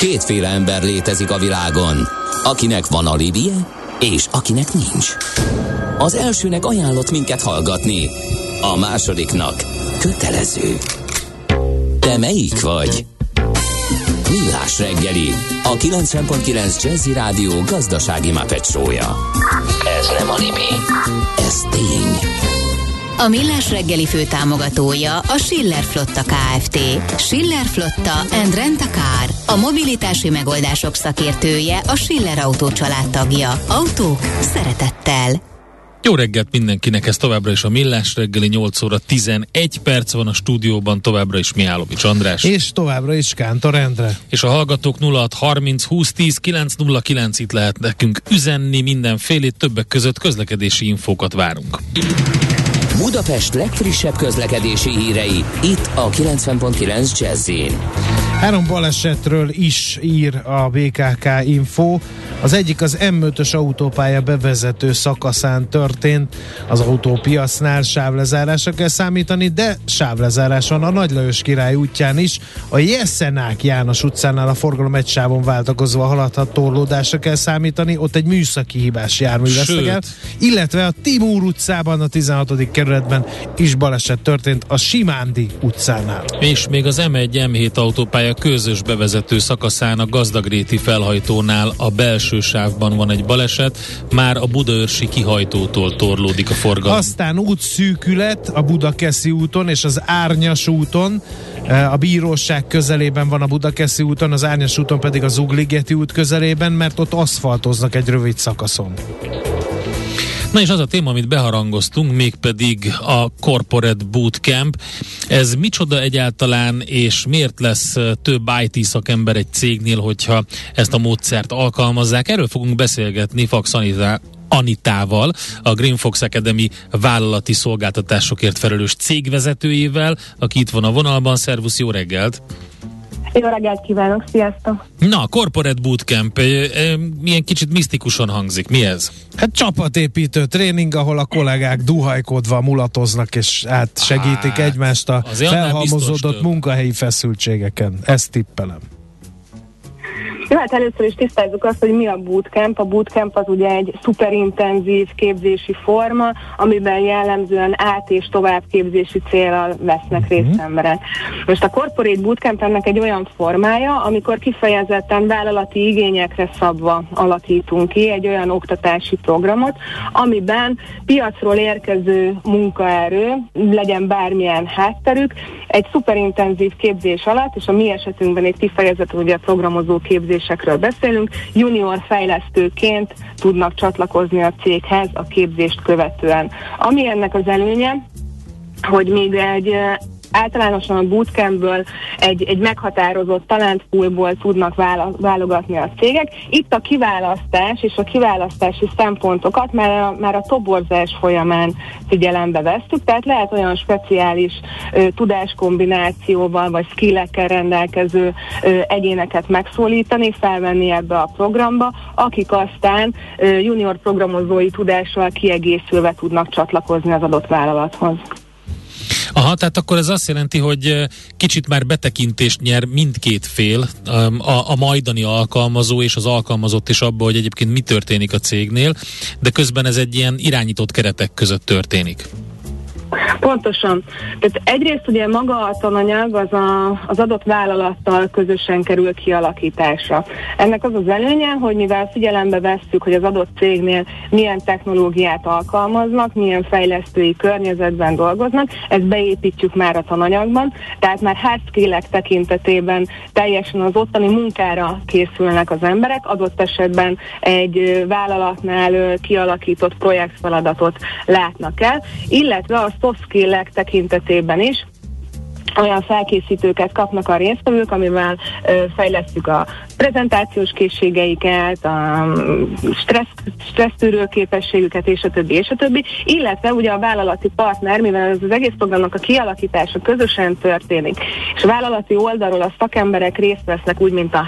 Kétféle ember létezik a világon, akinek van alibije, és akinek nincs. Az elsőnek ajánlott minket hallgatni, a másodiknak kötelező. Te melyik vagy? Millás reggeli, a 90.9 Jazzy Rádió gazdasági Muppet show-ja. Ez nem anime, ez tény. A Millás reggeli főtámogatója a Schiller Flotta Kft. Schiller Flotta and Rent a Car. A mobilitási megoldások szakértője, a Schiller Autó család tagja. Autók szeretettel. Jó reggelt mindenkinek, ez továbbra is a Millás reggeli, 8 óra 11 perc van a stúdióban, továbbra is Mihálovics András. És továbbra is Kántor Endre. És a hallgatók 0630 20 10 909, itt lehet nekünk üzenni mindenfélét, többek között közlekedési infókat várunk. Budapest legfrissebb közlekedési hírei, itt a 90.9 Jazz-in. 3 balesetről is ír a BKK Info. Az egyik az M5-ös autópálya bevezető szakaszán történt, az autópiacnál sávlezárásra kell számítani, de sávlezárás van a Nagy Lajos Király útján is. A Jeszenák János utcánál a forgalom egy sávon váltakozva haladhat, torlódásra kell számítani, ott egy műszaki hibás jármű vesztegel, illetve a Timur utcában, a 16. kerületben is baleset történt a Simándi utcánál. És még az M1-M7 autópálya közös bevezető szakaszán a Gazdagréti felhajtónál a belső sávban van egy baleset, már a budaörsi kihajtótól torlódik a forgalom. Aztán útszűkület a Budakeszi úton és az Árnyas úton, a Bíróság közelében van a Budakeszi úton, az Árnyas úton pedig a Zugligeti út közelében, mert ott aszfaltoznak egy rövid szakaszon. Na és az a téma, amit beharangoztunk, mégpedig a Corporate Bootcamp. Ez micsoda egyáltalán, és miért lesz több IT szakember egy cégnél, hogyha ezt a módszert alkalmazzák? Erről fogunk beszélgetni Fax Anitával, a Green Fox Academy vállalati szolgáltatásokért felelős cégvezetőjével, aki itt van a vonalban. Szervusz, jó reggelt! Jó reggelt kívánok, sziasztok! Na, Corporate Bootcamp, milyen kicsit misztikusan hangzik, mi ez? Hát csapatépítő tréning, ahol a kollégák duhajkodva mulatoznak és segítik egymást a felhalmozódott munkahelyi feszültségeken. Ezt tippelem. Jó, hát először is tisztázzuk azt, hogy mi a bootcamp. A bootcamp az ugye egy szuperintenzív képzési forma, amiben jellemzően át- és továbbképzési céllal vesznek részt emberek. Most a Corporate Bootcamp ennek egy olyan formája, amikor kifejezetten vállalati igényekre szabva alakítunk ki egy olyan oktatási programot, amiben piacról érkező munkaerő, legyen bármilyen hátterük, egy szuperintenzív képzés alatt, és a mi esetünkben egy kifejezetten ugye programozó képzésekről beszélünk, junior fejlesztőként tudnak csatlakozni a céghez a képzést követően. Ami ennek az előnye, hogy még általánosan a bootcampből egy meghatározott talentpoolból tudnak válogatni a cégek. Itt a kiválasztás és a kiválasztási szempontokat már a toborzás folyamán figyelembe vesztük, tehát lehet olyan speciális tudáskombinációval vagy skillekkel rendelkező egyéneket megszólítani, felvenni ebbe a programba, akik aztán junior programozói tudással kiegészülve tudnak csatlakozni az adott vállalathoz. Aha, tehát akkor ez azt jelenti, hogy kicsit már betekintést nyer mindkét fél, a majdani alkalmazó és az alkalmazott is abba, hogy egyébként mi történik a cégnél, de közben ez egy ilyen irányított keretek között történik. Pontosan. Tehát egyrészt ugye maga a tananyag az adott vállalattal közösen kerül kialakításra. Ennek az az előnye, hogy mivel figyelembe vesszük, hogy az adott cégnél milyen technológiát alkalmaznak, milyen fejlesztői környezetben dolgoznak, ezt beépítjük már a tananyagban, tehát már hard skillek tekintetében teljesen az ottani munkára készülnek az emberek, adott esetben egy vállalatnál kialakított projektfeladatot látnak el, illetve a soft skillek tekintetében is olyan felkészítőket kapnak a résztvevők, amivel fejlesztjük a prezentációs készségeiket, a stressztűrő képességüket, és a többi, illetve ugye a vállalati partner, mivel ez az egész programnak a kialakítása közösen történik, és a vállalati oldalról a szakemberek részt vesznek, úgy, mint a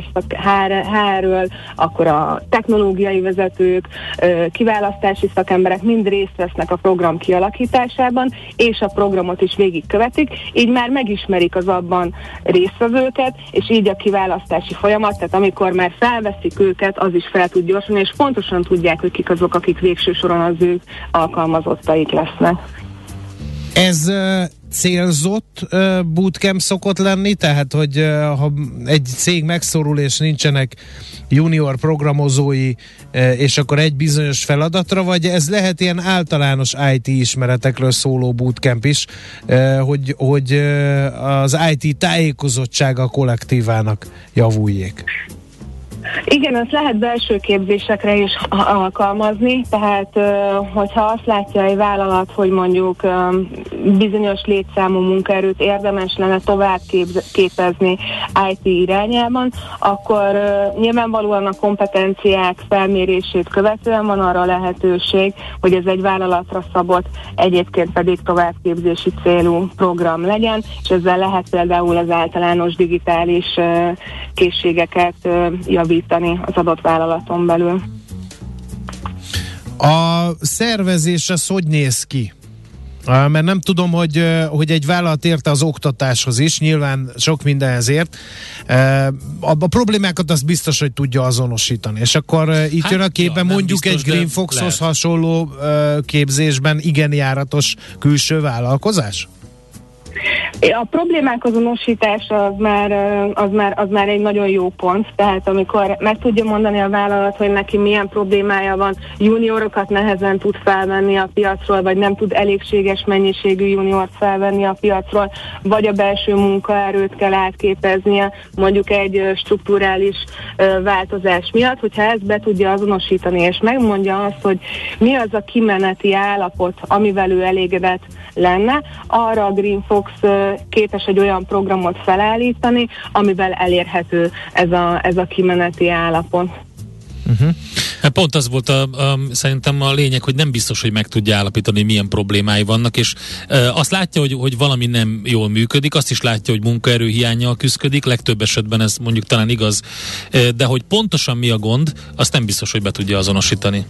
HR-ről, akkor a technológiai vezetők, kiválasztási szakemberek mind részt vesznek a program kialakításában, és a programot is végigkövetik, így már megismerik az abban résztvevőket, és így a kiválasztási folyamat, tehát amikor már felveszik őket, az is fel tud gyorsulni, és pontosan tudják, hogy kik azok, akik végső soron az ő alkalmazottaik lesznek. Ez célzott bootcamp szokott lenni, tehát hogy ha egy cég megszorul és nincsenek junior programozói, és akkor egy bizonyos feladatra, vagy ez lehet ilyen általános IT ismeretekről szóló bootcamp is, hogy az IT tájékozottsága a kollektívának javuljék? Igen, ezt lehet belső képzésekre is alkalmazni, tehát hogyha azt látja egy vállalat, hogy mondjuk bizonyos létszámú munkaerőt érdemes lenne tovább képezni IT irányában, akkor nyilvánvalóan a kompetenciák felmérését követően van arra lehetőség, hogy ez egy vállalatra szabott, egyébként pedig továbbképzési célú program legyen, és ezzel lehet például az általános digitális készségeket javítani az adott vállalaton belül. A szervezés az hogy néz ki? Mert nem tudom, hogy egy vállalat érte az oktatáshoz is, nyilván sok mindenhez ért. A problémákat az biztos, hogy tudja azonosítani. És akkor itt jön a képben mondjuk biztos, egy Greenfoxhoz hasonló képzésben igen járatos külső vállalkozás? A problémák azonosítása az már egy nagyon jó pont, tehát amikor meg tudja mondani a vállalat, hogy neki milyen problémája van, juniorokat nehezen tud felvenni a piacról, vagy nem tud elégséges mennyiségű juniort felvenni a piacról, vagy a belső munkaerőt kell átképeznie, mondjuk egy strukturális változás miatt, hogyha ezt be tudja azonosítani, és megmondja azt, hogy mi az a kimeneti állapot, amivel ő elégedett lenne, arra a Greenfox képes egy olyan programot felállítani, amivel elérhető ez a kimeneti állapot. Hát pont az volt szerintem a lényeg, hogy nem biztos, hogy meg tudja állapítani, milyen problémái vannak, és azt látja, hogy valami nem jól működik, azt is látja, hogy munkaerő hiánnyal küszködik, legtöbb esetben ez mondjuk talán igaz, de hogy pontosan mi a gond, azt nem biztos, hogy be tudja azonosítani.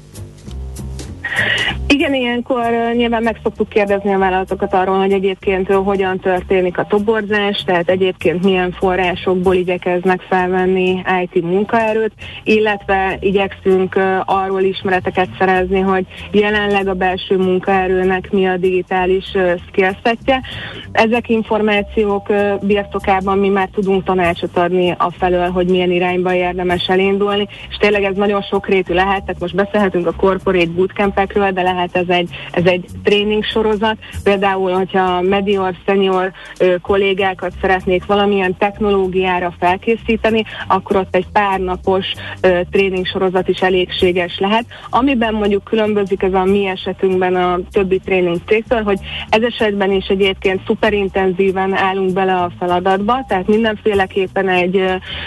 Igen, ilyenkor nyilván meg szoktuk kérdezni a vállalatokat arról, hogy egyébként hogyan történik a toborzás, tehát egyébként milyen forrásokból igyekeznek felvenni IT munkaerőt, illetve igyekszünk arról ismereteket szerezni, hogy jelenleg a belső munkaerőnek mi a digitális skillsetje. Ezek információk birtokában mi már tudunk tanácsot adni afelől, hogy milyen irányba érdemes elindulni, és tényleg ez nagyon sokrétű lehet, tehát most beszélhetünk a corporate bootcampekről, de lehet ez egy tréning sorozat. Például, hogyha medior, senior kollégákat szeretnék valamilyen technológiára felkészíteni, akkor ott egy pár napos tréning sorozat is elégséges lehet. Amiben mondjuk különbözik ez a mi esetünkben a többi tréning cégtől, hogy ez esetben is egyébként szuperintenzíven állunk bele a feladatba, tehát mindenféleképpen egy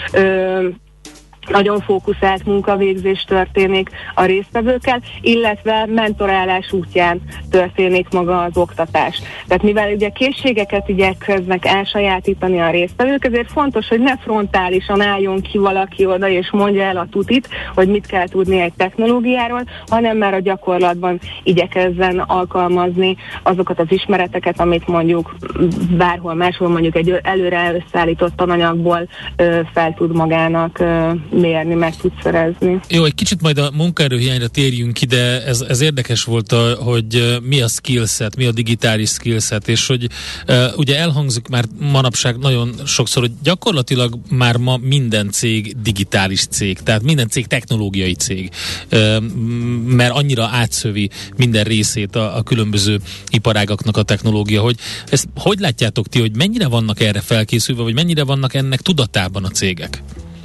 nagyon fókuszált munkavégzés történik a résztvevőkkel, illetve mentorálás útján történik maga az oktatás. Tehát mivel ugye készségeket igyekeznek elsajátítani a résztvevők, ezért fontos, hogy ne frontálisan álljon ki valaki oda és mondja el a tutit, hogy mit kell tudni egy technológiáról, hanem már a gyakorlatban igyekezzen alkalmazni azokat az ismereteket, amit mondjuk bárhol máshol mondjuk egy előre összeállított tananyagból fel tud magának mérni, meg tud szerezni. Jó, egy kicsit majd a munkaerőhiányra térjünk ide, ez érdekes volt, hogy mi a skillset, mi a digitális skillset, és hogy ugye elhangzik már manapság nagyon sokszor, hogy gyakorlatilag már ma minden cég digitális cég, tehát minden cég technológiai cég, mert annyira átszövi minden részét a különböző iparágaknak a technológia, hogy ezt hogy látjátok ti, hogy mennyire vannak erre felkészülve, vagy mennyire vannak ennek tudatában a cégek?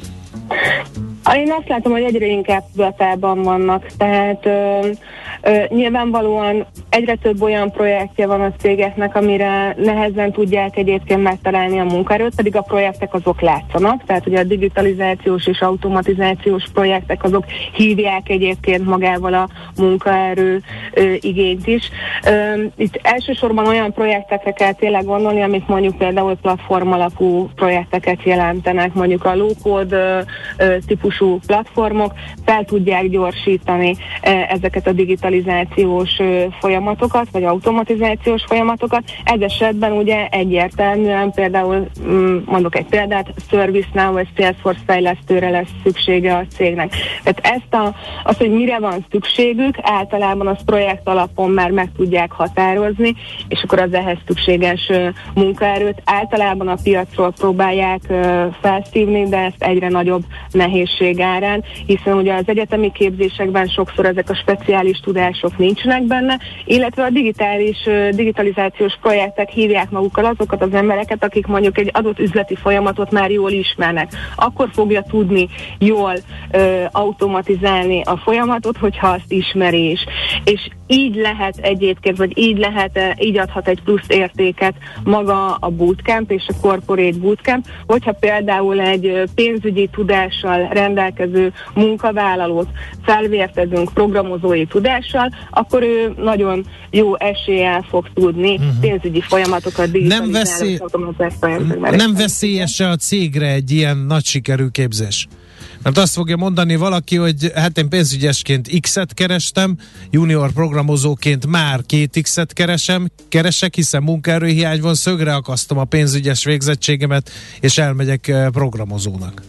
Én azt látom, hogy egyre inkább tudatában vannak, tehát nyilvánvalóan egyre több olyan projektje van a cégeknek, amire nehezen tudják egyébként megtalálni a munkaerőt, pedig a projektek azok látszanak, tehát ugye a digitalizációs és automatizációs projektek azok hívják egyébként magával a munkaerő igényt is. Itt elsősorban olyan projektekre kell tényleg gondolni, amik mondjuk például platform alapú projekteket jelentenek, mondjuk a low-code típusú típusú platformok fel tudják gyorsítani ezeket a digitalizációs folyamatokat, vagy automatizációs folyamatokat. Ez esetben ugye egyértelműen például, mondok egy példát, ServiceNow vagy Salesforce fejlesztőre lesz szüksége a cégnek. Tehát azt, hogy mire van szükségük, általában az projekt alapon már meg tudják határozni, és akkor az ehhez szükséges munkaerőt általában a piacról próbálják felszívni, de ezt egyre nagyobb nehézség árán, hiszen ugye az egyetemi képzésekben sokszor ezek a speciális tudások nincsenek benne, illetve a digitalizációs projektek hívják magukkal azokat az embereket, akik mondjuk egy adott üzleti folyamatot már jól ismernek. Akkor fogja tudni jól automatizálni a folyamatot, hogyha azt ismeri is. És így lehet egyébként, vagy így adhat egy plusz értéket maga a bootcamp és a corporate bootcamp, hogyha például egy pénzügyi tudással rendelkező munkavállalót felvértezünk programozói tudással, akkor ő nagyon jó eséllyel fog tudni pénzügyi folyamatokat digitalizálni. Nem veszélyes a cégre egy ilyen nagy sikerű képzés? Mert azt fogja mondani valaki, hogy hát én pénzügyesként X-et kerestem, junior programozóként már 2X-et keresek, hiszen munkaerőhiány van, szögre akasztom a pénzügyes végzettségemet, és elmegyek programozónak.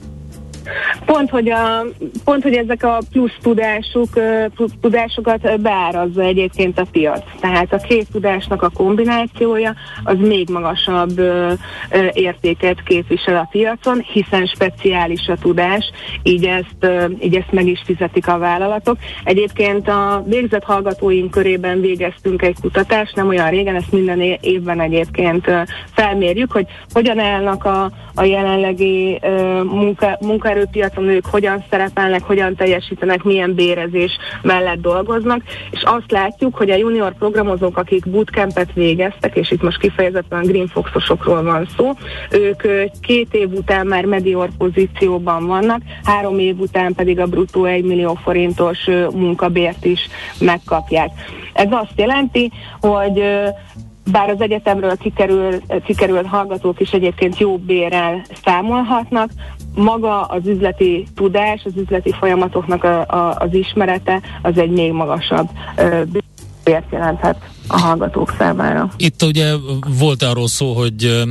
Pont, hogy ezek a plusz tudásokat beárazza egyébként a piac. Tehát a két tudásnak a kombinációja az még magasabb értéket képvisel a piacon, hiszen speciális a tudás, így ezt meg is fizetik a vállalatok. Egyébként a végzett hallgatóink körében végeztünk egy kutatást, nem olyan régen, ezt minden évben egyébként felmérjük, hogy hogyan állnak a jelenlegi munkaerőpiacon ők, hogyan szerepelnek, hogyan teljesítenek, milyen bérezés mellett dolgoznak, és azt látjuk, hogy a junior programozók, akik bootcampet végeztek, és itt most kifejezetten Green Foxosokról van szó, ők 2 év után már medior pozícióban vannak, 3 év után pedig a bruttó 1 millió forintos munkabért is megkapják. Ez azt jelenti, hogy bár az egyetemről kikerült hallgatók is egyébként jó bérrel számolhatnak, maga az üzleti tudás, az üzleti folyamatoknak az ismerete az egy még magasabb bért jelenthet a hallgatók számára. Itt ugye volt arról szó, hogy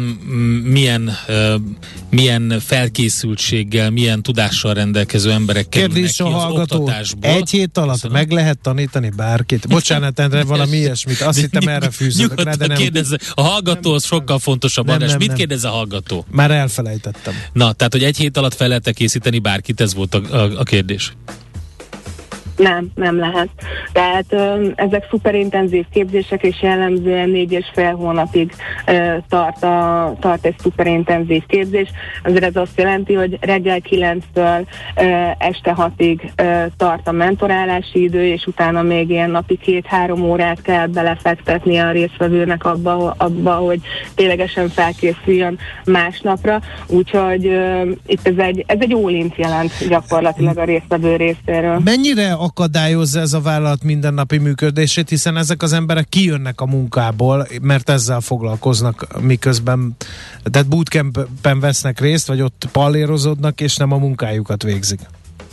milyen felkészültséggel, milyen tudással rendelkező emberek kerülnek ki az oktatásból. Egy hét alatt meg lehet tanítani bárkit? Bocsánat, Endre, valami ilyesmit. Azt hittem erre fűződök rá, de nem. Kérdezze, a hallgató az sokkal fontosabb. Nem. Mit kérdez a hallgató? Már elfelejtettem. Na, tehát, hogy egy hét alatt fel lehet készíteni bárkit, ez volt a kérdés. Nem lehet. Tehát ezek szuperintenzív képzések, és jellemzően 4,5 hónapig tart egy szuperintenzív képzés. Azért ez azt jelenti, hogy reggel 9-től este 6-ig tart a mentorálási idő, és utána még ilyen napi 2-3 órát kell belefektetni a résztvevőnek abba, hogy ténylegesen felkészüljön másnapra. Úgyhogy itt ez egy all-int jelent gyakorlatilag a résztvevő részéről. Mennyire akadályozza ez a vállalat mindennapi működését, hiszen ezek az emberek kijönnek a munkából, mert ezzel foglalkoznak, miközben tehát bootcampen vesznek részt, vagy ott pallérozódnak, és nem a munkájukat végzik.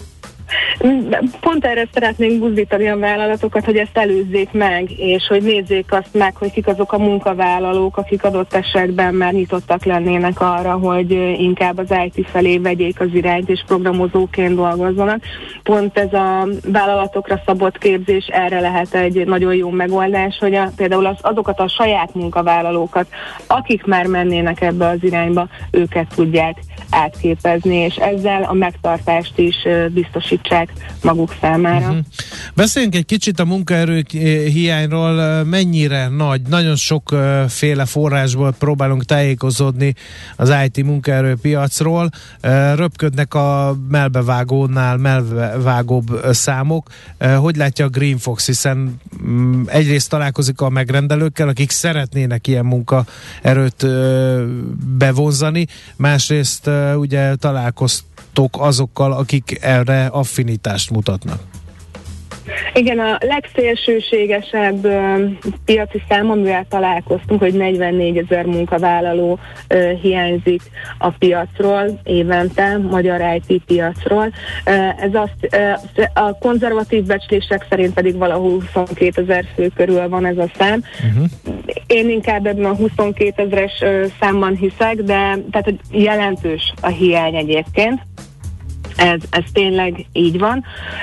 Pont erre szeretnénk buzdítani a vállalatokat, hogy ezt előzzék meg, és hogy nézzék azt meg, hogy kik azok a munkavállalók, akik adott esetben már nyitottak lennének arra, hogy inkább az IT felé vegyék az irányt, és programozóként dolgozzanak. Pont ez a vállalatokra szabott képzés erre lehet egy nagyon jó megoldás, hogy például azokat a saját munkavállalókat, akik már mennének ebbe az irányba, őket tudják átképezni, és ezzel a megtartást is biztosítsák maguk számára. Beszéljünk egy kicsit a munkaerő hiányról, mennyire nagy, nagyon sokféle forrásból próbálunk tájékozódni az IT munkaerőpiacról, röpködnek a melbevágóbb számok. Hogy látja a Green Fox, hiszen egyrészt találkozik a megrendelőkkel, akik szeretnének ilyen munkaerőt bevonzani, másrészt ugye találkoztok azokkal, akik erre affinitást mutatnak. Igen, a legszélsőségesebb piaci szám, amivel találkoztunk, hogy 44 000 munkavállaló hiányzik a piacról évente, magyar IT piacról. Ez a konzervatív becslések szerint pedig valahol 22 000 fő körül van ez a szám. Én inkább ebben a 22 000-es számban hiszek, de tehát jelentős a hiány egyébként. Ez tényleg így van.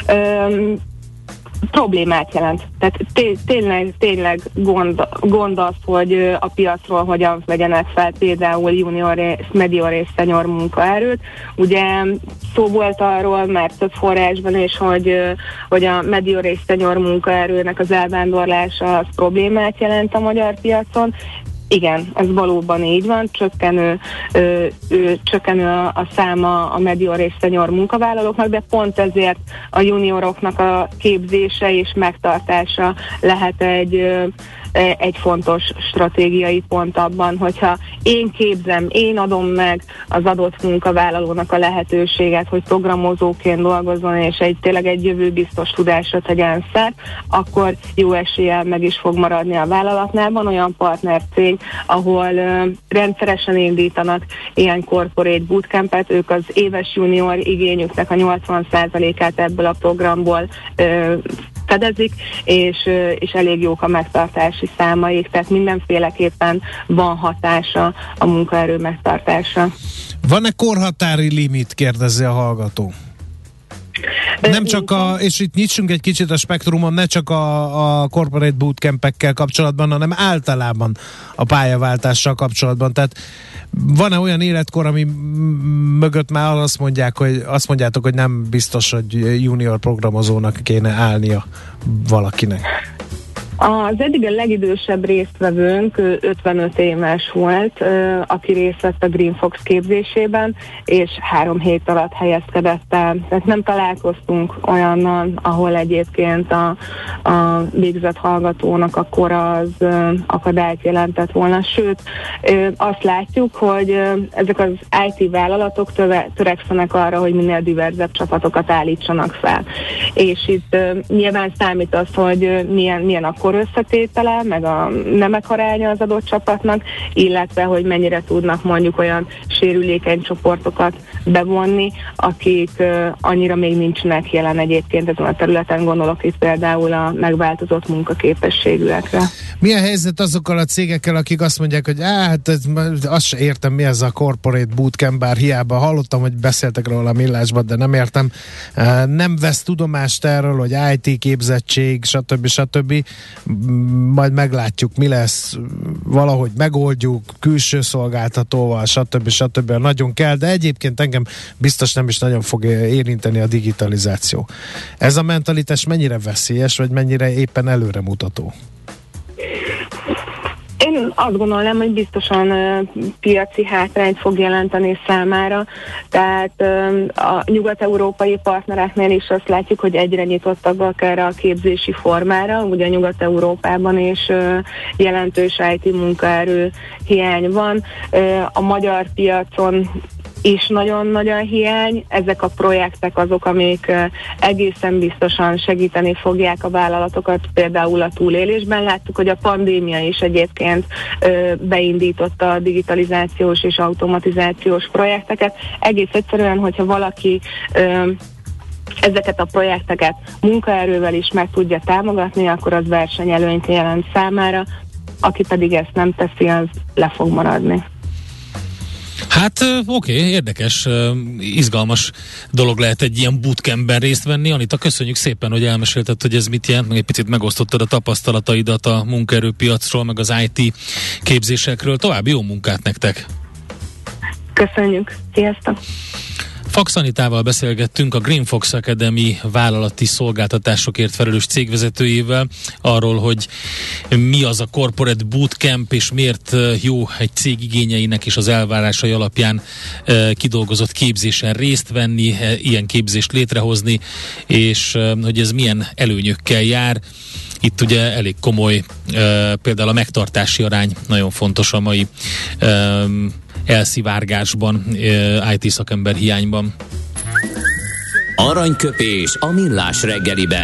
Problémát jelent. Tehát tényleg gond az, hogy a piacról hogyan vegyenek fel például junior, medior és senior munkaerőt. Ugye szó volt arról már több forrásban is, hogy a medior és senior munkaerőnek az elvándorlása az problémát jelent a magyar piacon. Igen, ez valóban így van, csökkenő a száma a medior és senior munkavállalóknak, de pont ezért a junioroknak a képzése és megtartása lehet egy fontos stratégiai pont abban, hogyha én képzem, én adom meg az adott munkavállalónak a lehetőséget, hogy programozóként dolgozzon, és tényleg egy jövőbiztos tudásra tegyen szert, akkor jó eséllyel meg is fog maradni a vállalatnál. Van olyan partnercég, ahol rendszeresen indítanak ilyen corporate bootcampet, ők az éves junior igényüknek a 80%-át ebből a programból fedezik, és elég jók a megtartási számaik, tehát mindenféleképpen van hatása a munkaerő megtartása. Van-e korhatári limit, kérdezi a hallgató? Nem csak és itt nyitsunk egy kicsit a spektrumon, ne csak a corporate bootcampekkel kapcsolatban, hanem általában a pályaváltással kapcsolatban. Tehát van-e olyan életkor, ami mögött már azt mondjátok, hogy nem biztos, hogy junior programozónak kéne állnia valakinek? Az eddig a legidősebb résztvevőnk 55 éves volt, aki részt vett a Green Fox képzésében, és 3 hét alatt helyezkedett el. Tehát nem találkoztunk olyannal, ahol egyébként a végzett hallgatónak a kora az akadályt jelentett volna. Sőt, azt látjuk, hogy ezek az IT vállalatok törekszenek arra, hogy minél diverzebb csapatokat állítsanak fel. És itt nyilván számít az, hogy milyen a kor összetétele, meg a nemek aránya az adott csapatnak, illetve hogy mennyire tudnak mondjuk olyan sérülékeny csoportokat bevonni, akik annyira még nincsenek jelen egyébként ezen a területen, gondolok itt például a megváltozott munkaképességűekre. Milyen helyzet azokkal a cégekkel, akik azt mondják, hogy azt se értem, mi ez a corporate bootcamp, bár hiába hallottam, hogy beszéltek róla a Millásban, de nem értem. Nem vesz tudomást erről, hogy IT képzettség, stb. Majd meglátjuk, mi lesz, valahogy megoldjuk, külső szolgáltatóval, stb. Nagyon kell, de egyébként engem biztos nem is nagyon fog érinteni a digitalizáció. Ez a mentalitás mennyire veszélyes, vagy mennyire éppen előremutató? Én azt gondolom, hogy biztosan piaci hátrányt fog jelenteni számára, tehát a nyugat-európai partnereknél is azt látjuk, hogy egyre nyitottabbak erre a képzési formára, ugye Nyugat-Európában is jelentős IT munkaerő hiány van, a magyar piacon is nagyon nagy a hiány. Ezek a projektek azok, amik egészen biztosan segíteni fogják a vállalatokat, például a túlélésben. Láttuk, hogy a pandémia is egyébként beindította a digitalizációs és automatizációs projekteket. Egész egyszerűen, hogyha valaki ezeket a projekteket munkaerővel is meg tudja támogatni, akkor az versenyelőnyt jelent számára, aki pedig ezt nem teszi, az le fog maradni. Hát oké, érdekes, izgalmas dolog lehet egy ilyen bootcampben részt venni. Anita, köszönjük szépen, hogy elmesélted, hogy ez mit jelent, meg egy picit megosztottad a tapasztalataidat a munkaerőpiacról, meg az IT képzésekről. További jó munkát nektek! Köszönjük! Sziasztok! Fax Anitával beszélgettünk, a Green Fox Academy vállalati szolgáltatásokért felelős cégvezetőjével arról, hogy mi az a corporate bootcamp, és miért jó egy cég igényeinek és az elvárásai alapján kidolgozott képzésen részt venni, ilyen képzést létrehozni, és hogy ez milyen előnyökkel jár. Itt ugye elég komoly, például a megtartási arány nagyon fontos a mai elszivárgásban, IT szakember hiányban. Aranyköpés a Millás reggeliben.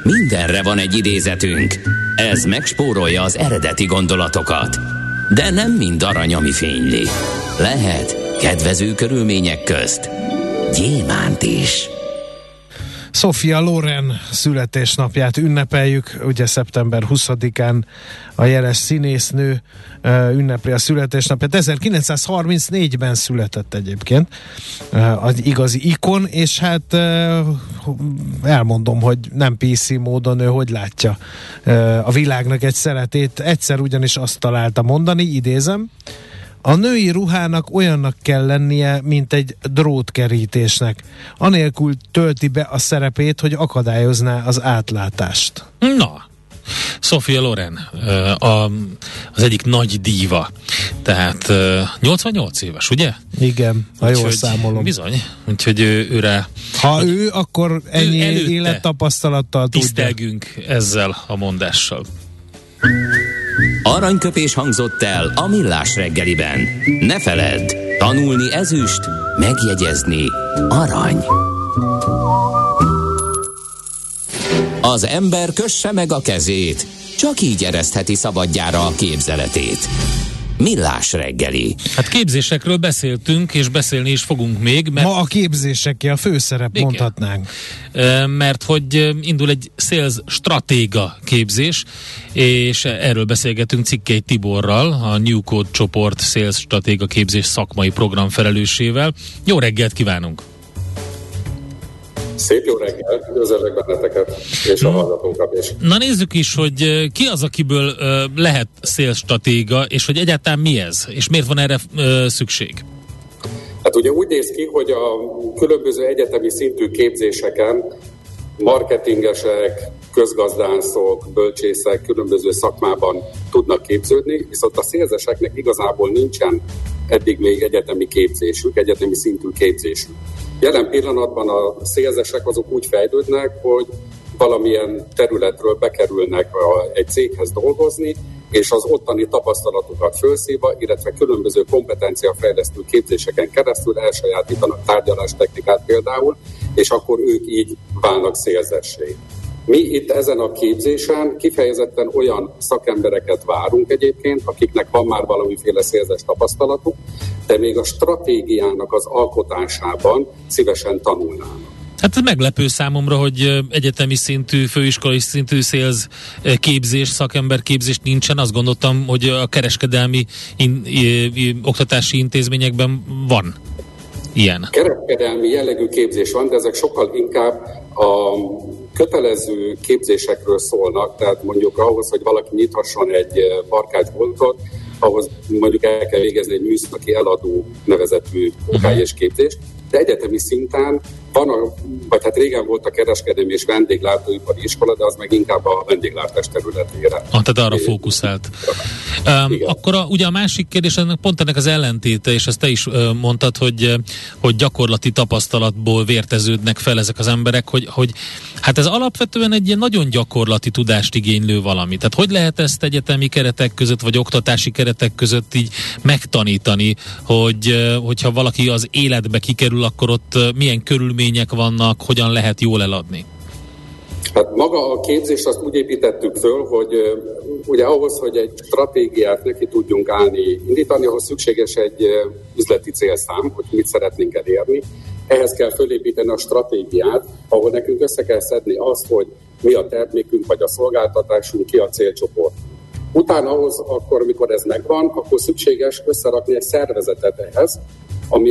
Mindenre van egy idézetünk. Ez megspórolja az eredeti gondolatokat. De nem mind arany, ami fényli. Lehet kedvező körülmények közt gyémánt is. Sophia Loren születésnapját ünnepeljük, ugye szeptember 20-án a jeles színésznő ünnepli a születésnapját. 1934-ben született egyébként az igazi ikon, és hát elmondom, hogy nem PC módon ő hogy látja a világnak egy szeretét. Egyszer ugyanis azt találta mondani, idézem: a női ruhának olyannak kell lennie, mint egy drótkerítésnek. Anélkül tölti be a szerepét, hogy akadályozná az átlátást. Na, Sophia Loren, az egyik nagy díva. Tehát 88 éves, ugye? Igen, ha jól számolom. Bizony, úgyhogy őre... Ha ő, akkor ennyi élettapasztalattal tudja. Tisztelgünk ezzel a mondással. Aranyköpés hangzott el a Millás reggeliben. Ne feledd, tanulni ezüst, megjegyezni arany. Az ember kösse meg a kezét, csak így eresztheti szabadjára a képzeletét. Millás reggeli. Hát képzésekről beszéltünk, és beszélni is fogunk még. Mert ma a képzéseké a főszerep, igen, mondhatnánk. Mert hogy indul egy sales stratéga képzés, és erről beszélgetünk Cikkely Tiborral, a New Code csoport sales stratéga képzés szakmai program felelősével. Jó reggelt kívánunk! Szép jó reggelt, üdvözöllek benneteket, és a hallgatókat is. Na nézzük is, hogy ki az, akiből lehet sales stratéga, és hogy egyáltalán mi ez, és miért van erre szükség? Hát ugye úgy néz ki, hogy a különböző egyetemi szintű képzéseken marketingesek, közgazdászok, bölcsészek különböző szakmában tudnak képződni, viszont a szélzeseknek igazából nincsen eddig még egyetemi képzésük, egyetemi szintű képzésük. Jelen pillanatban a szélzesek azok úgy fejlődnek, hogy valamilyen területről bekerülnek egy céghez dolgozni, és az ottani tapasztalatukat felszívva, illetve különböző kompetenciafejlesztő képzéseken keresztül elsajátítanak tárgyalástechnikát például, és akkor ők így válnak szélzessé. Mi itt ezen a képzésen kifejezetten olyan szakembereket várunk egyébként, akiknek van már valamiféle szélzes tapasztalatuk, de még a stratégiának az alkotásában szívesen tanulnának. Hát ez meglepő számomra, hogy egyetemi szintű, főiskolai szintű sales képzés, szakemberképzés nincsen. Azt gondoltam, hogy a kereskedelmi oktatási intézményekben van ilyen. Kereskedelmi jellegű képzés van, de ezek sokkal inkább a kötelező képzésekről szólnak, tehát mondjuk ahhoz, hogy valaki nyithasson egy barkácsboltot, ahhoz mondjuk el kell végezni egy műszaki eladó nevezetű munkáj és képzést, de egyetemi szinten van, vagy hát régen volt a kereskedelmi és vendéglátóipari iskola, de az meg inkább a vendéglátás területére. Tehát arra fókuszált. Akkor ugye a másik kérdés, pont ennek az ellentéte, és ezt te is mondtad, hogy gyakorlati tapasztalatból vérteződnek fel ezek az emberek, hogy hát ez alapvetően egy ilyen nagyon gyakorlati tudást igénylő valami. Tehát hogy lehet ezt egyetemi keretek között, vagy oktatási keretek között így megtanítani, hogyha valaki az életbe kikerül, akkor ott milyen körülmények vannak, hogyan lehet jól eladni? Hát maga a képzést azt úgy építettük föl, hogy ugye ahhoz, hogy egy stratégiát neki tudjunk indítani, ahhoz szükséges egy üzleti célszám, hogy mit szeretnénk elérni. Ehhez kell fölépíteni a stratégiát, ahol nekünk össze kell szedni azt, hogy mi a termékünk vagy a szolgáltatásunk, ki a célcsoport. Utána ahhoz, akkor, amikor ez megvan, akkor szükséges összerakni egy szervezetet ehhez, ami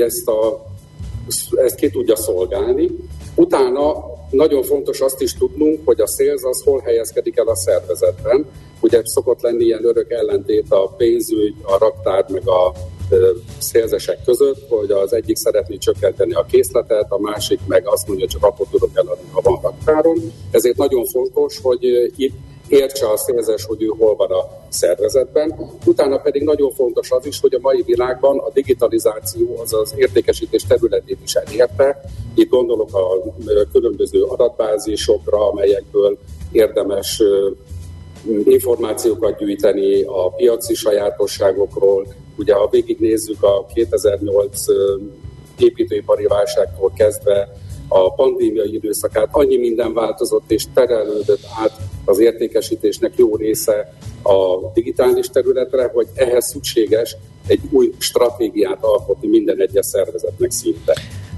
ezt ki tudja szolgálni. Utána nagyon fontos azt is tudnunk, hogy a sales az hol helyezkedik el a szervezetben. Ugye szokott lenni ilyen örök ellentét a pénzügy, a raktár meg a szélzesek között, hogy az egyik szeretné csökkenteni a készletet, a másik meg azt mondja, csak akkor tudok eladni, ha van raktáron. Ezért nagyon fontos, hogy itt értse a szélzes, hogy ő hol van a szervezetben. Utána pedig nagyon fontos az is, hogy a mai világban a digitalizáció az értékesítés területét is elérte. Itt gondolok a különböző adatbázisokra, amelyekből érdemes információkat gyűjteni a piaci sajátosságokról. Ugye, ha végignézzük a 2008 építőipari válságtól kezdve a pandémiai időszakát, annyi minden változott és terelődött át az értékesítésnek jó része a digitális területre, hogy ehhez szükséges egy új stratégiát alkotni minden egyes szervezetnek szinte.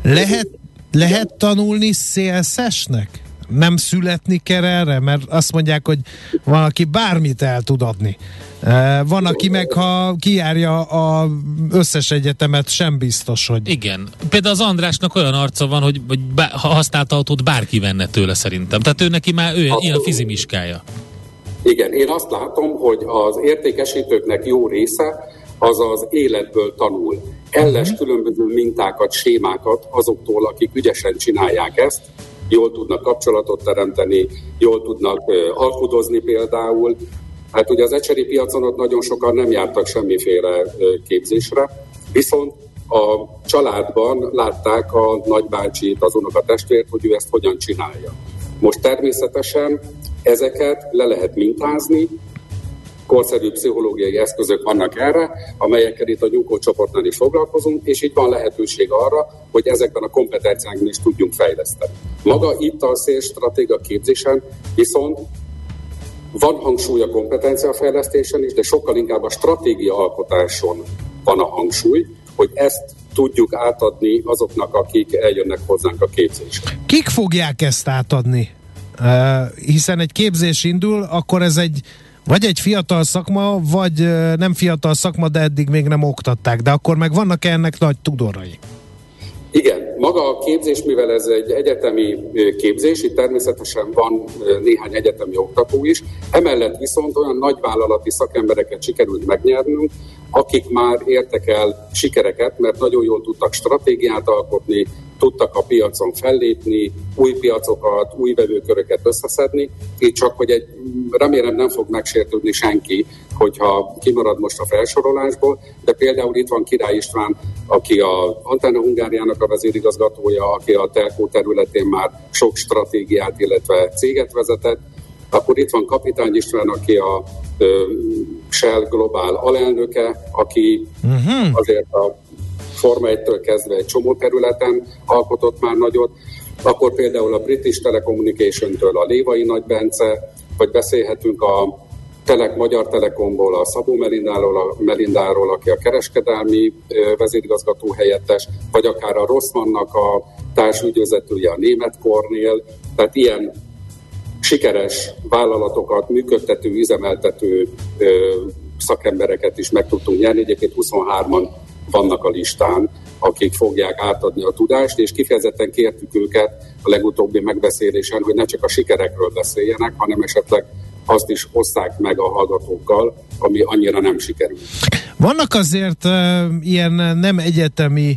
Lehet tanulni CSS-nek? Nem születni kell erre? Mert azt mondják, hogy van, aki bármit el tud adni. Van, aki meg, ha kijárja az összes egyetemet, sem biztos, hogy... Igen. Például az Andrásnak olyan arca van, hogy ha használt autót bárki venne tőle szerintem. Tehát ő neki már ilyen fizimiskája. Igen, én azt látom, hogy az értékesítőknek jó része az az életből tanul. Elles különböző mintákat, sémákat azoktól, akik ügyesen csinálják ezt, jól tudnak kapcsolatot teremteni, jól tudnak alkudozni például. Hát ugye az ecseri piacon ott nagyon sokan nem jártak semmiféle képzésre, viszont a családban látták a nagybácsit, az unokatestvért, hogy ő ezt hogyan csinálja. Most természetesen ezeket le lehet mintázni, korszerű pszichológiai eszközök vannak erre, amelyekkel itt a Nyújkó csoportnál is foglalkozunk, és így van lehetőség arra, hogy ezekben a kompetenciákban is tudjunk fejleszteni. Maga itt a Sales Stratégia képzésen viszont van hangsúly a kompetenciafejlesztésen is, de sokkal inkább a stratégia alkotáson van a hangsúly, hogy ezt tudjuk átadni azoknak, akik eljönnek hozzánk a képzésre. Kik fogják ezt átadni? Hiszen egy képzés indul, akkor ez vagy egy fiatal szakma, vagy nem fiatal szakma, de eddig még nem oktatták, de akkor meg vannak ennek nagy tudorai? Igen, maga a képzés, mivel ez egy egyetemi képzés, itt természetesen van néhány egyetemi oktató is, emellett viszont olyan nagyvállalati szakembereket sikerült megnyernünk, akik már értek el sikereket, mert nagyon jól tudtak stratégiát alkotni, tudtak a piacon fellépni, új piacokat, új vevőköröket összeszedni, így csak, hogy remélem nem fog megsértődni senki, hogyha kimarad most a felsorolásból, de például itt van Király István, aki a Antenna Hungáriának a vezérigazgatója, aki a telkó területén már sok stratégiát, illetve céget vezetett, akkor itt van Kapitány István, aki a Shell Global alelnöke, aki azért a Forma 1-től kezdve egy csomó területen alkotott már nagyot, akkor például a British Telecommunication-től a Lévai Nagy Bence, vagy beszélhetünk a Magyar Telekomból, a Szabó Melindáról, aki a kereskedelmi vezérigazgató helyettes, vagy akár a Rossmannnak a társügyvezetője, a Német Kornél, tehát ilyen sikeres vállalatokat, működtető, üzemeltető szakembereket is meg tudtunk nyerni. Egyébként 23-an vannak a listán, akik fogják átadni a tudást, és kifejezetten kértük őket a legutóbbi megbeszélésen, hogy ne csak a sikerekről beszéljenek, hanem esetleg azt is osszák meg a hallgatókkal, ami annyira nem sikerül. Vannak azért ilyen nem egyetemi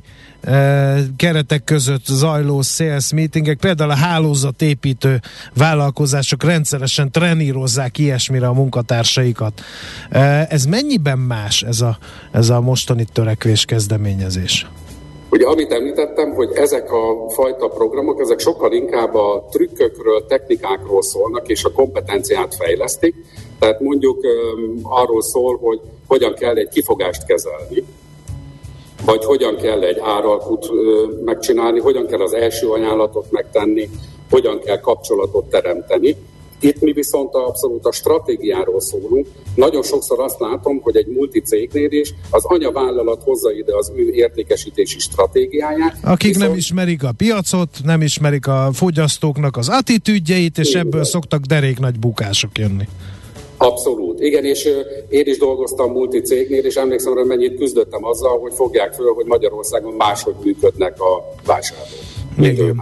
keretek között zajló sales meetingek, például a hálózatépítő vállalkozások rendszeresen trenírozzák ilyesmire a munkatársaikat. Ez mennyiben más ez a mostani törekvés kezdeményezés? Ugye, amit említettem, hogy ezek a fajta programok, ezek sokkal inkább a trükkökről, technikákról szólnak, és a kompetenciát fejlesztik. Tehát mondjuk arról szól, hogy hogyan kell egy kifogást kezelni, vagy hogyan kell egy áralkut megcsinálni, hogyan kell az első ajánlatot megtenni, hogyan kell kapcsolatot teremteni. Itt mi viszont abszolút a stratégiáról szólunk. Nagyon sokszor azt látom, hogy egy multicégnél is az anyavállalat hozza ide az ő értékesítési stratégiáját. Akik viszont nem ismerik a piacot, nem ismerik a fogyasztóknak az attitűdjeit, és ebből szoktak derék nagy bukások jönni. Abszolút. Igen, és én is dolgoztam multicégnél, és emlékszem, hogy mennyit küzdöttem azzal, hogy fogják föl, hogy Magyarországon máshogy működnek a vásárlók. Igen.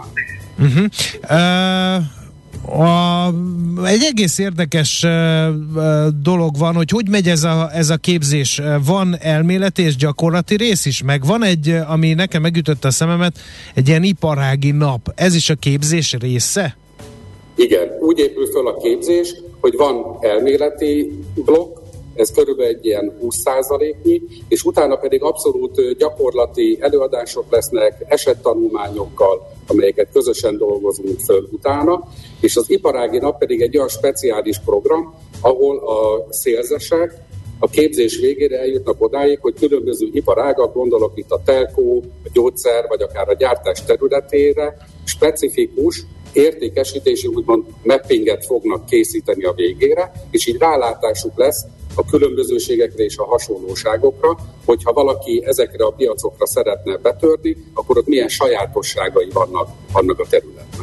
Egy egész érdekes dolog van, hogy megy ez a képzés. Van elméleti és gyakorlati rész is, meg van egy, ami nekem megütötte a szememet, egy ilyen iparági nap. Ez is a képzés része? Igen, úgy épül föl a képzés, hogy van elméleti blokk, ez körülbelül egy ilyen 20%-nyi, és utána pedig abszolút gyakorlati előadások lesznek, esettanulmányokkal, amelyeket közösen dolgozunk föl utána, és az iparági nap pedig egy olyan speciális program, ahol a szélzesek a képzés végére eljutnak odáig, hogy különböző iparágak, gondolok itt a telkó, a gyógyszer, vagy akár a gyártás területére, specifikus értékesítési úgymond mappinget fognak készíteni a végére, és így rálátásuk lesz a különbözőségekre és a hasonlóságokra, hogyha valaki ezekre a piacokra szeretne betörni, akkor ott milyen sajátosságai vannak annak a területnek.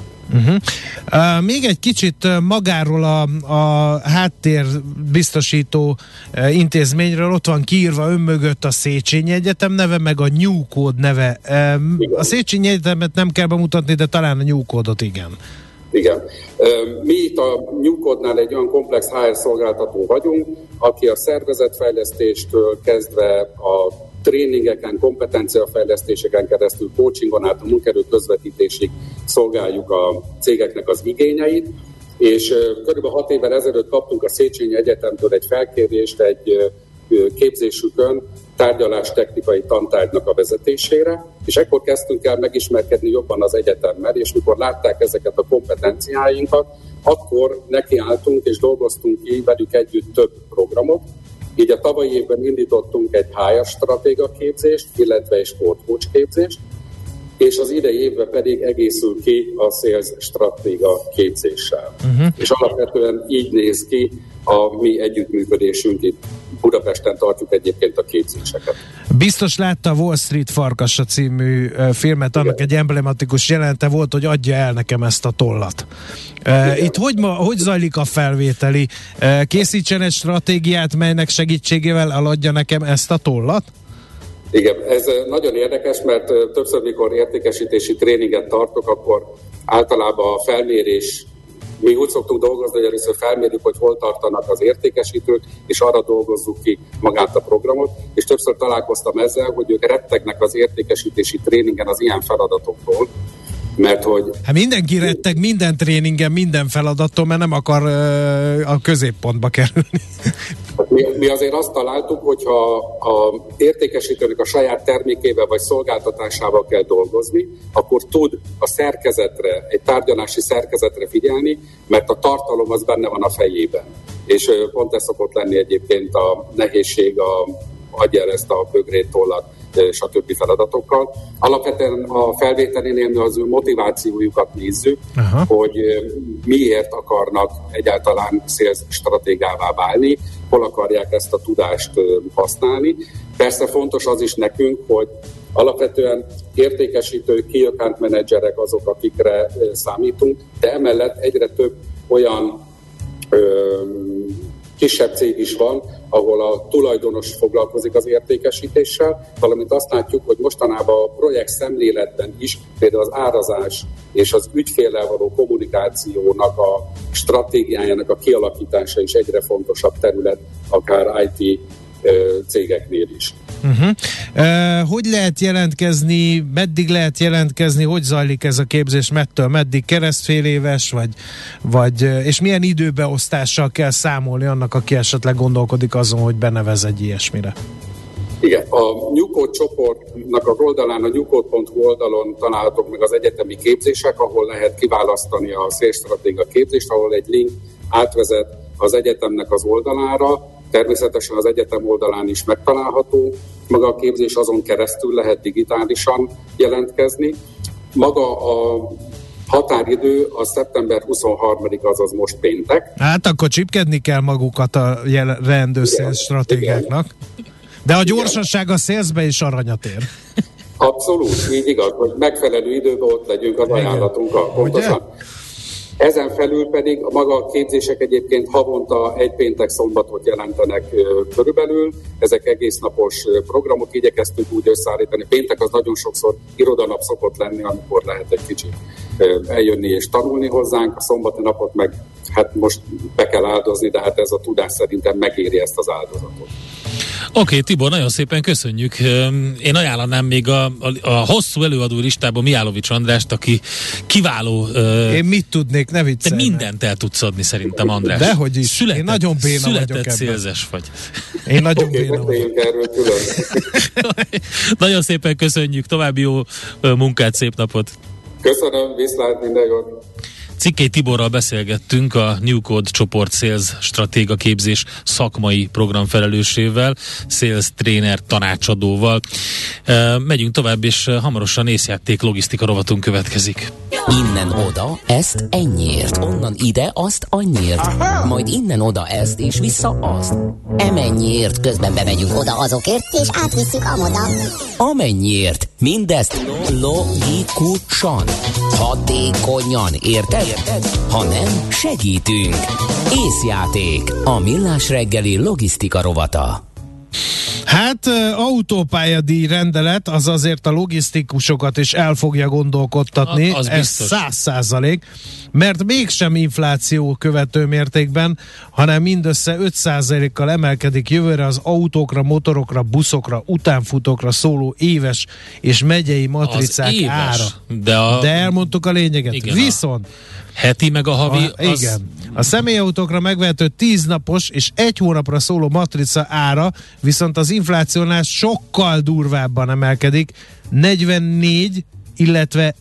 Még egy kicsit magáról a háttérbiztosító intézményről. Ott van kiírva önmögött a Széchenyi Egyetem neve, meg a New Code neve. A Széchenyi Egyetemet nem kell bemutatni, de talán a New Code-ot igen. Igen. Mi itt a New Code-nál egy olyan komplex HR szolgáltató vagyunk, aki a szervezetfejlesztéstől kezdve a tréningeken, kompetenciafejlesztéseken keresztül, coachingon át a munkaerő közvetítésig szolgáljuk a cégeknek az igényeit, és kb. 6 évvel ezelőtt kaptunk a Széchenyi Egyetemtől egy felkérést egy képzésükön tárgyalástechnikai tantárgynak a vezetésére, és ekkor kezdtünk el megismerkedni jobban az egyetemmel, és mikor látták ezeket a kompetenciáinkat, akkor nekiálltunk és dolgoztunk ki velük együtt több programot. Így a tavalyi évben indítottunk egy HR stratéga képzést, illetve egy sportcoach képzést, és az idei évben pedig egészül ki a sales stratéga képzéssel. És alapvetően így néz ki a mi együttműködésünk itt. Budapesten tartjuk egyébként a képzéseket. Biztos látta a Wall Street Farkasa című filmet, annak egy emblematikus jelente volt, hogy adja el nekem ezt a tollat. Itt hogy zajlik a felvételi? Készítsen egy stratégiát, melynek segítségével eladja nekem ezt a tollat? Igen, ez nagyon érdekes, mert többször, mikor értékesítési tréninget tartok, akkor általában a felmérés, mi úgy szoktunk dolgozni, hogy először felmérjük, hogy hol tartanak az értékesítők, és arra dolgozzuk ki magát a programot, és többször találkoztam ezzel, hogy ők rettegnek az értékesítési tréningen az ilyen feladatoktól, mert hogy... Hát mindenki retteg minden tréningen, minden feladattól, mert nem akar a középpontba kerülni. Mi azért azt találtuk, hogyha az értékesítőnek a saját termékével vagy szolgáltatásával kell dolgozni, akkor tud a szerkezetre, egy tárgyalási szerkezetre figyelni, mert a tartalom az benne van a fejében. És pont ez szokott lenni egyébként a nehézség, adja el ezt a bögrét tollat, stb. Feladatokkal. Alapvetően a felvételénél mi az ő motivációjukat nézzük, hogy miért akarnak egyáltalán sales stratégává válni, hol akarják ezt a tudást használni. Persze fontos az is nekünk, hogy alapvetően értékesítők, key account menedzserek azok, akikre számítunk, de emellett egyre több olyan kisebb cég is van, ahol a tulajdonos foglalkozik az értékesítéssel, valamint azt látjuk, hogy mostanában a projekt szemléletben is például az árazás és az ügyféllel való kommunikációnak a stratégiájának a kialakítása is egyre fontosabb terület, akár IT cégeknél is. Hogy lehet jelentkezni, meddig lehet jelentkezni, hogy zajlik ez a képzés, mettől meddig, keresztfél éves, vagy és milyen időbeosztással kell számolni annak, aki esetleg gondolkodik azon, hogy benevez egy ilyesmire? Igen, a New Code csoportnak a oldalán, a newcode.hu oldalon találhatók meg az egyetemi képzések, ahol lehet kiválasztani a sales stratéga képzést, ahol egy link átvezet az egyetemnek az oldalára. Természetesen az egyetem oldalán is megtalálható maga a képzés, azon keresztül lehet digitálisan jelentkezni. Maga a határidő a szeptember 23-a, azaz most péntek. Hát akkor csipkedni kell magukat a leendő sales stratégáknak. De a gyorsaság a salesbe is aranyat ér. Abszolút, így igaz, hogy megfelelő időben ott legyünk az ajánlatunkkal. Pontosan. Ezen felül pedig a maga a képzések egyébként havonta egy péntek-szombatot jelentenek körülbelül. Ezek egésznapos programok, igyekeztünk úgy összeállítani. Péntek az nagyon sokszor irodanap szokott lenni, amikor lehet egy kicsit eljönni és tanulni hozzánk. A szombati napot meg hát most be kell áldozni, de hát ez a tudás szerintem megéri ezt az áldozatot. Oké, Tibor, nagyon szépen köszönjük. Én ajánlanám még a hosszú előadó listában Mijálovics Andrást, aki kiváló... Én mit tudnék, ne viccelj. Te mindent el tudsz adni szerintem, András. Dehogy is. Én nagyon béna vagyok ebben. Szélzes vagy. Én nagyon béna vagyok. Erről külön. Nagyon szépen köszönjük, további jó munkát, szép napot. Köszönöm, viszlát, minden jót. Cikkély Tiborral beszélgettünk, a New Code csoport Sales stratéga képzés szakmai programfelelősével, Sales Trainer tanácsadóval. Megyünk tovább, és hamarosan észjáték logisztika rovatunk következik. Innen oda, ezt ennyiért, onnan ide, azt annyiért, majd innen oda ezt, és vissza azt. Emennyiért, közben bemegyünk oda azokért, és átvisszük amoda. Amennyiért, mindezt logikusan, hatékonyan, érted? Ha nem, segítünk. Észjáték, a Millás reggeli logisztika rovata. Hát autópályadíj rendelet az azért a logisztikusokat is el fogja gondolkodtatni, az ez 100%, mert mégsem infláció követő mértékben, hanem mindössze 5%-kal emelkedik jövőre az autókra, motorokra, buszokra, utánfutókra szóló éves és megyei matricák éves, ára. De elmondtuk a lényeget. Igen, viszont heti meg a havi. igen. A személyautókra megvehető 10 napos és 1 hónapra szóló matrica ára viszont az inflációnál sokkal durvábban emelkedik, 44, illetve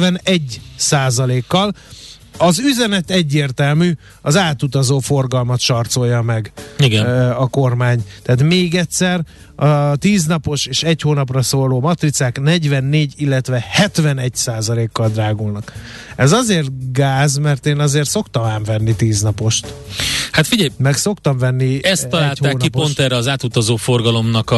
71%-kal. Az üzenet egyértelmű, az átutazó forgalmat sarcolja meg a kormány. Tehát még egyszer, a 10 napos és 1 hónapra szóló matricák 44, illetve 71%-kal drágulnak. Ez azért gáz, mert én azért szoktam ám venni 10 napost. Hát figyelj, meg szoktam venni. Ezt találták ki pont erre az átutazó forgalomnak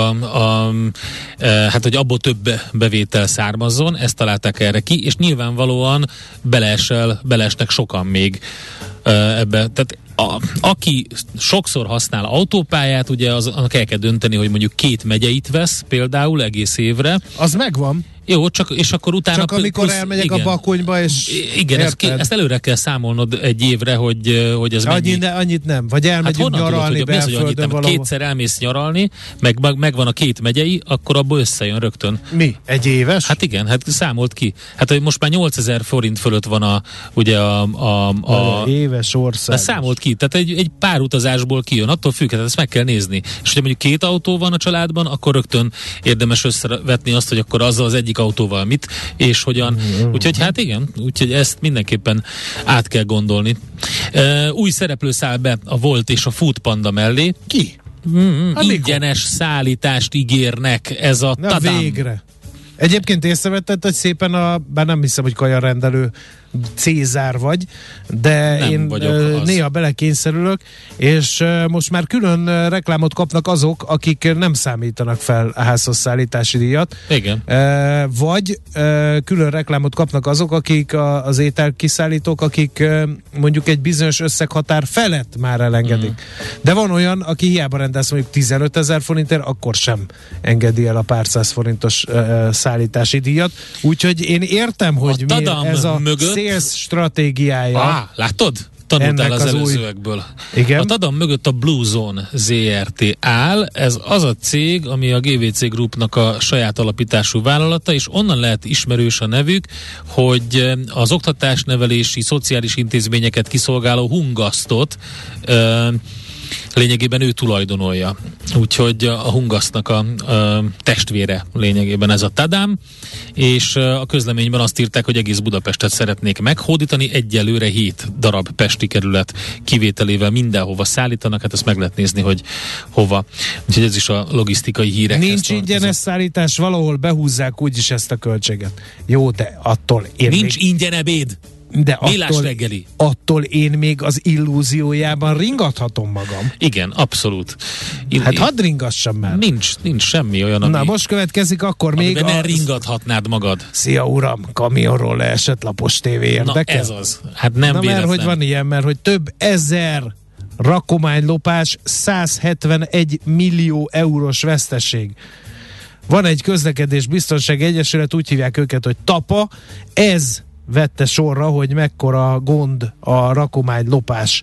hát hogy abból több bevétel származzon, ezt találták erre ki, és nyilvánvalóan beleesnek sokan még ebbe. Tehát aki sokszor használ autópályát, ugye annak el kell dönteni, hogy mondjuk 2 megyeit vesz például egész évre. Az megvan. Jó, és akkor utána... Csak amikor elmegyek a Bakonyba, és... Igen, ezt előre kell számolnod egy évre, hogy ez mennyi. Annyit nem. Vagy elmegyünk nyaralni belföldön valahol. Kétszer elmész nyaralni, megvan a 2 megyei, akkor abból összejön rögtön. Mi? Egy éves? Hát igen, hát számolt ki. Hát hogy most már 8000 forint fölött van ugye a éves ország. Számolt ki, tehát egy pár utazásból kijön, attól függ, hát ezt meg kell nézni. És hogyha mondjuk 2 autó van a családban, akkor rögtön érdemes összevetni azt, hogy akkor azzal az egyik autóval mit, és hogyan. Úgyhogy hát igen, úgyhogy ezt mindenképpen át kell gondolni. Új szereplő száll be a Volt és a Foodpanda mellé. Ki? Ingyenes szállítást ígérnek, ez a tadám. Végre. Egyébként észrevetted, hogy szépen bár nem hiszem, hogy kajarendelő Cézár vagy, de nem én néha belekényszerülök, és most már külön reklámot kapnak azok, akik nem számítanak fel a házhoz szállítási díjat. Igen. Vagy külön reklámot kapnak azok, akik az ételkiszállítók, akik mondjuk egy bizonyos összeghatár felett már elengedik. De van olyan, aki hiába rendelsz mondjuk 15 000 forintért, akkor sem engedi el a pár száz forintos szállítási díjat. Úgyhogy én értem, hogy miért ez a sales stratégiája. Látod? Tanultál az előzőekből. Igen? A Tadam mögött a Blue Zone ZRT áll, ez az a cég, ami a GVC Groupnak a saját alapítású vállalata, és onnan lehet ismerős a nevük, hogy az oktatásnevelési, szociális intézményeket kiszolgáló Hungasztot lényegében ő tulajdonolja. Úgyhogy a Hungasztnak a testvére lényegében ez a Tadam, és a közleményben azt írták, hogy egész Budapestet szeretnék meghódítani, egyelőre 7 darab pesti kerület kivételével mindenhova szállítanak, hát ezt meg lehet nézni, hogy hova. Úgyhogy ez is a logisztikai hírekhez Nincs ingyenes szállítás, valahol behúzzák úgyis ezt a költséget. Jó, de attól nincs ingyen ebéd. De attól én még az illúziójában ringathatom magam. Igen, abszolút. Hát hadd ringassam már. Nincs semmi olyan, ami... Na, most következik akkor még ne ringathatnád magad. Szia uram, kamionról leesett lapos tévé, érdekel? Na ez az. Hát nem véletlen. Mert hogy van ilyen, mert hogy több ezer rakománylopás, 171 millió eurós veszteség. Van egy közlekedés biztonsági egyesület, úgy hívják őket, hogy TAPA, ez vette sorra, hogy mekkora gond a rakománylopás.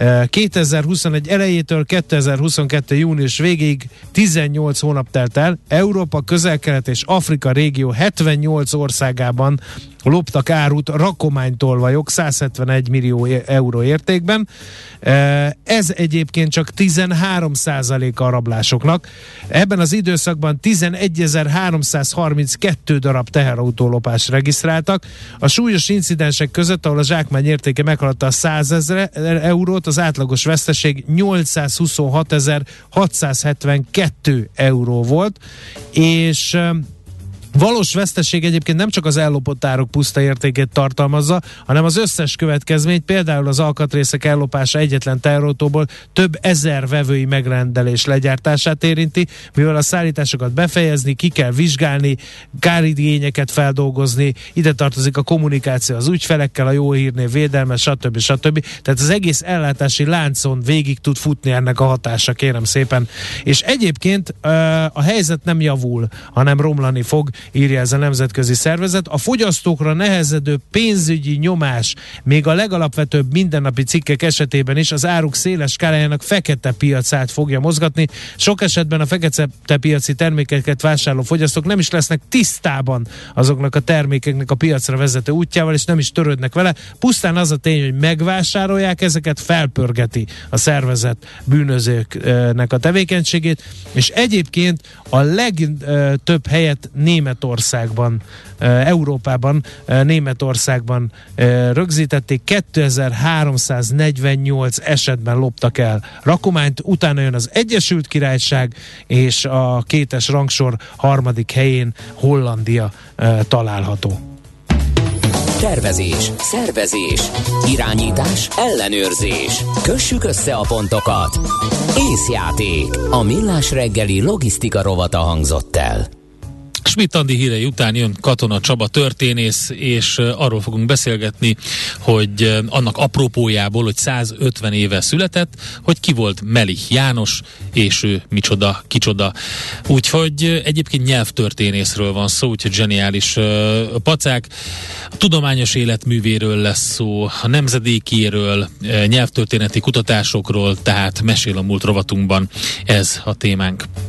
2021 elejétől 2022 június végéig 18 hónap telt el, Európa, Közel-Kelet és Afrika régió 78 országában loptak árut rakománytolvajok 171 millió euró értékben. Ez egyébként csak 13%-a a rablásoknak. Ebben az időszakban 11.332 darab teherautólopást regisztráltak. A súlyos incidensek között, ahol a zsákmány értéke meghaladta a 100 000 eurót, az átlagos veszteség 826.672 euró volt, és Valós veszteség egyébként nem csak az ellopott áruk puszta értékét tartalmazza, hanem az összes következményt, például az alkatrészek ellopása egyetlen teherautóból több ezer vevői megrendelés legyártását érinti, mivel a szállításokat befejezni, ki kell vizsgálni, káridényeket feldolgozni, ide tartozik a kommunikáció az ügyfelekkel, a jó hírnév védelme, stb. Tehát az egész ellátási láncon végig tud futni ennek a hatása, kérem szépen. És egyébként a helyzet nem javul, hanem romlani fog, írja ez a nemzetközi szervezet. A fogyasztókra nehezedő pénzügyi nyomás még a legalapvetőbb mindennapi cikkek esetében is az áruk széles skálájának fekete piacát fogja mozgatni. Sok esetben a fekete piaci termékeket vásárló fogyasztók nem is lesznek tisztában azoknak a termékeknek a piacra vezető útjával, és nem is törődnek vele. Pusztán az a tény, hogy megvásárolják, ezeket felpörgeti a szervezet bűnözőknek a tevékenységét, és egyébként a legtöbb helyet Németországban, Európában, Németországban rögzítették, 2348 esetben loptak el rakományt, utána jön az Egyesült Királyság, és a 2-es rangsor harmadik helyén Hollandia található. Tervezés, szervezés, irányítás, ellenőrzés. Kössük össze a pontokat. Észjáték. A Millás reggeli logisztika rovata hangzott el. Schmidt Andi hírei után jön Katona Csaba történész, és arról fogunk beszélgetni, hogy annak apropójából, hogy 150 éve született, hogy ki volt Melich János, és ő kicsoda. Úgyhogy egyébként nyelvtörténészről van szó, úgyhogy zseniális pacák. A tudományos életművéről lesz szó, a nemzedékéről, nyelvtörténeti kutatásokról, tehát mesél a múlt rovatunkban, ez a témánk.